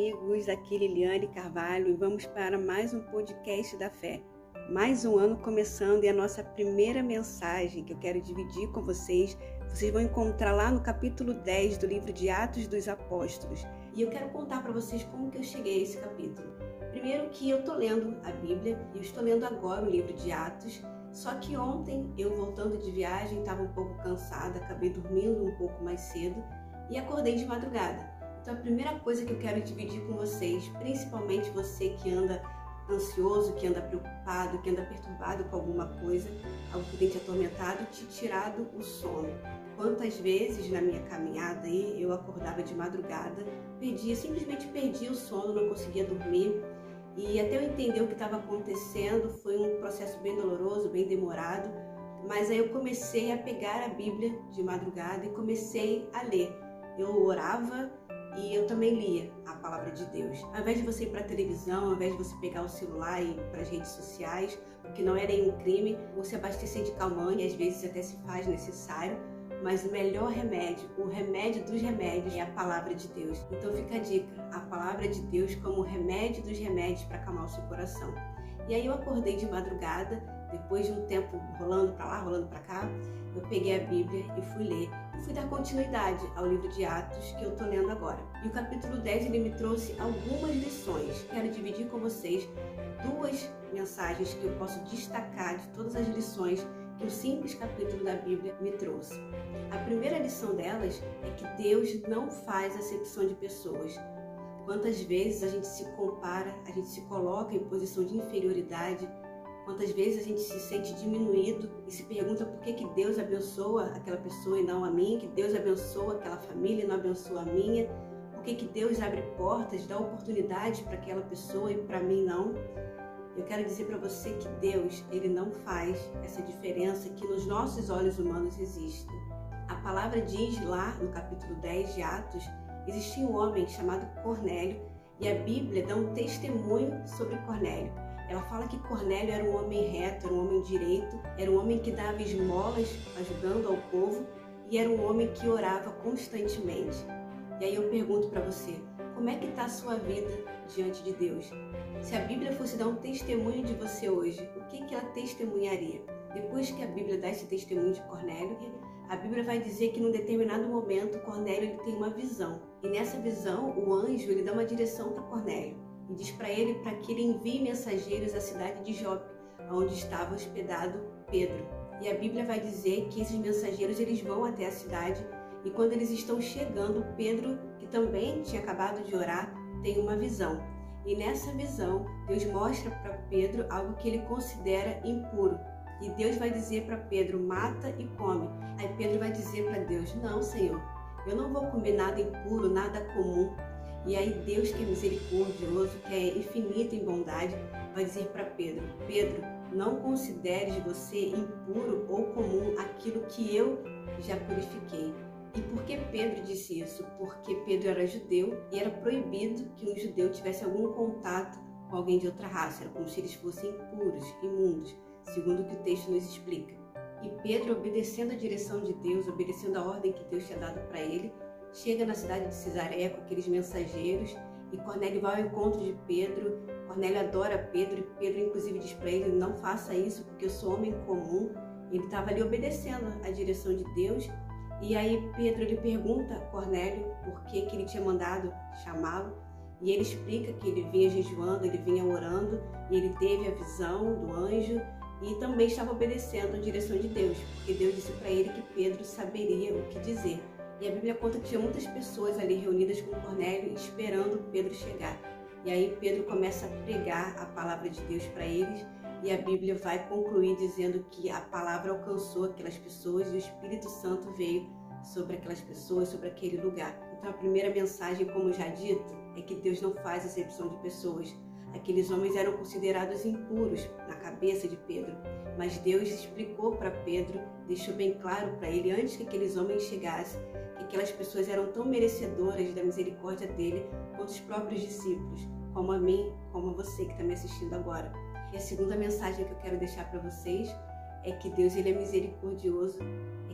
amigos, aqui Liliane Carvalho e vamos para mais um podcast da fé. Mais um ano começando e a nossa primeira mensagem que eu quero dividir com vocês vão encontrar lá no capítulo 10 do livro de Atos dos Apóstolos. E eu quero contar para vocês como que eu cheguei a esse capítulo. Primeiro que eu estou lendo a Bíblia e eu estou lendo agora o livro de Atos, só que ontem eu voltando de viagem estava um pouco cansada, acabei dormindo um pouco mais cedo e acordei de madrugada. Então a primeira coisa que eu quero dividir com vocês, principalmente você que anda ansioso, que anda preocupado, que anda perturbado com alguma coisa, algo que tem te atormentado, te tirado o sono. Quantas vezes na minha caminhada aí eu acordava de madrugada, simplesmente perdia o sono, não conseguia dormir. E até eu entender o que estava acontecendo, foi um processo bem doloroso, bem demorado. Mas aí eu comecei a pegar a Bíblia de madrugada e comecei a ler. Eu orava e eu também lia a palavra de Deus. Ao invés de você ir para a televisão, ao invés de você pegar o celular e ir para as redes sociais, o que não é nenhum crime, você abastecer de calmante, às vezes até se faz necessário, mas o melhor remédio, o remédio dos remédios é a palavra de Deus. Então fica a dica, a palavra de Deus como o remédio dos remédios para acalmar o seu coração. E aí eu acordei de madrugada, depois de um tempo rolando para lá, rolando para cá, eu peguei a Bíblia e fui ler. E fui dar continuidade ao livro de Atos que eu estou lendo agora. E o capítulo 10 ele me trouxe algumas lições. Quero dividir com vocês duas mensagens que eu posso destacar de todas as lições que o simples capítulo da Bíblia me trouxe. A primeira lição delas é que Deus não faz acepção de pessoas. Quantas vezes a gente se compara, a gente se coloca em posição de inferioridade, quantas vezes a gente se sente diminuído e se pergunta por que Deus abençoa aquela pessoa e não a mim, que Deus abençoa aquela família e não abençoa a minha, por que Deus abre portas, dá oportunidade para aquela pessoa e para mim não. Eu quero dizer para você que Deus, ele não faz essa diferença que nos nossos olhos humanos existe. A palavra diz lá no capítulo 10 de Atos, existia um homem chamado Cornélio e a Bíblia dá um testemunho sobre Cornélio. Ela fala que Cornélio era um homem reto, era um homem direito, era um homem que dava esmolas ajudando ao povo e era um homem que orava constantemente. E aí eu pergunto para você, como é que está a sua vida diante de Deus? Se a Bíblia fosse dar um testemunho de você hoje, o que ela testemunharia? Depois que a Bíblia dá esse testemunho de Cornélio, a Bíblia vai dizer que num determinado momento Cornélio ele tem uma visão. E nessa visão o anjo ele dá uma direção para Cornélio e diz para ele para que ele envie mensageiros à cidade de Jope, onde estava hospedado Pedro. E a Bíblia vai dizer que esses mensageiros eles vão até a cidade e quando eles estão chegando, Pedro, que também tinha acabado de orar, tem uma visão. E nessa visão, Deus mostra para Pedro algo que ele considera impuro. E Deus vai dizer para Pedro, mata e come. Aí Pedro vai dizer para Deus, não, Senhor, eu não vou comer nada impuro, nada comum. E aí Deus, que é misericordioso, que é infinito em bondade, vai dizer para Pedro, Pedro, não consideres você impuro ou comum aquilo que eu já purifiquei. E por que Pedro disse isso? Porque Pedro era judeu e era proibido que um judeu tivesse algum contato com alguém de outra raça. Era como se eles fossem impuros, imundos, segundo o que o texto nos explica. E Pedro, obedecendo a direção de Deus, obedecendo a ordem que Deus tinha dado para ele, chega na cidade de Cesareia com aqueles mensageiros e Cornélio vai ao encontro de Pedro. Cornélio adora Pedro e Pedro inclusive diz para ele, não faça isso porque eu sou homem comum. Ele estava ali obedecendo a direção de Deus. E aí Pedro ele pergunta a Cornélio por que ele tinha mandado chamá-lo e ele explica que ele vinha jejuando, ele vinha orando e ele teve a visão do anjo e também estava obedecendo a direção de Deus, porque Deus disse para ele que Pedro saberia o que dizer. E a Bíblia conta que tinha muitas pessoas ali reunidas com Cornélio esperando Pedro chegar. E aí Pedro começa a pregar a palavra de Deus para eles e a Bíblia vai concluir dizendo que a palavra alcançou aquelas pessoas e o Espírito Santo veio sobre aquelas pessoas, sobre aquele lugar. Então a primeira mensagem, como já dito, é que Deus não faz acepção de pessoas. Aqueles homens eram considerados impuros na cabeça de Pedro, mas Deus explicou para Pedro, deixou bem claro para ele, antes que aqueles homens chegassem, que aquelas pessoas eram tão merecedoras da misericórdia dele quanto os próprios discípulos, como a mim, como a você que está me assistindo agora. E a segunda mensagem que eu quero deixar para vocês é que Deus ele é misericordioso, é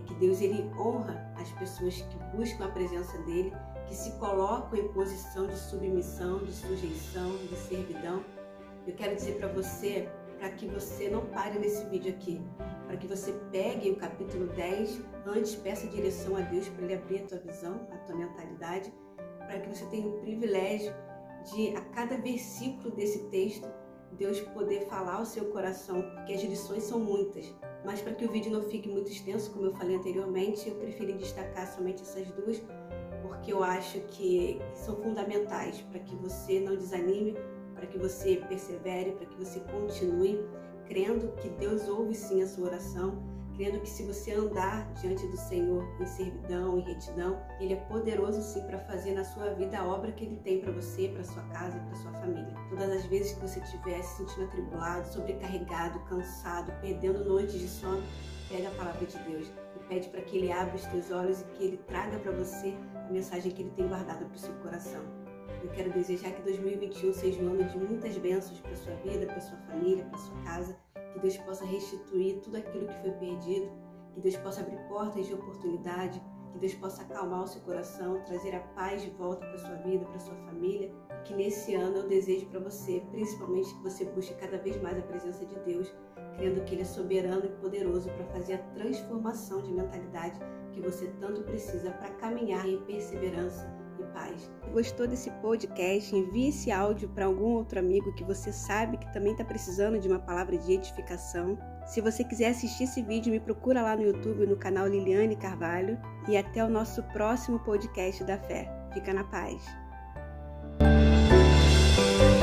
que Deus ele honra as pessoas que buscam a presença dele, que se colocam em posição de submissão, de sujeição, de servidão. Eu quero dizer para você, para que você não pare nesse vídeo aqui, para que você pegue o capítulo 10, antes peça direção a Deus para ele abrir a tua visão, a tua mentalidade, para que você tenha o privilégio de, a cada versículo desse texto, Deus poder falar ao seu coração, porque as lições são muitas. Mas para que o vídeo não fique muito extenso, como eu falei anteriormente, eu preferi destacar somente essas duas, porque eu acho que são fundamentais para que você não desanime, para que você persevere, para que você continue crendo que Deus ouve sim a sua oração, crendo que se você andar diante do Senhor em servidão, em retidão, Ele é poderoso sim para fazer na sua vida a obra que Ele tem para você, para sua casa e para sua família. Todas as vezes que você estiver se sentindo atribulado, sobrecarregado, cansado, perdendo noites de sono, pega a palavra de Deus e pede para que Ele abra os teus olhos e que Ele traga para você a mensagem que Ele tem guardado para o seu coração. Eu quero desejar que 2021 seja um ano de muitas bênçãos para a sua vida, para a sua família, para a sua casa, que Deus possa restituir tudo aquilo que foi perdido, que Deus possa abrir portas de oportunidade, que Deus possa acalmar o seu coração, trazer a paz de volta para a sua vida, para a sua família, que nesse ano eu desejo para você, principalmente que você busque cada vez mais a presença de Deus, crendo que Ele é soberano e poderoso para fazer a transformação de mentalidade que você tanto precisa para caminhar em perseverança e paz. Gostou desse podcast? Envie esse áudio para algum outro amigo que você sabe que também está precisando de uma palavra de edificação. Se você quiser assistir esse vídeo, me procura lá no YouTube, no canal Liliane Carvalho. E até o nosso próximo podcast da fé. Fica na paz.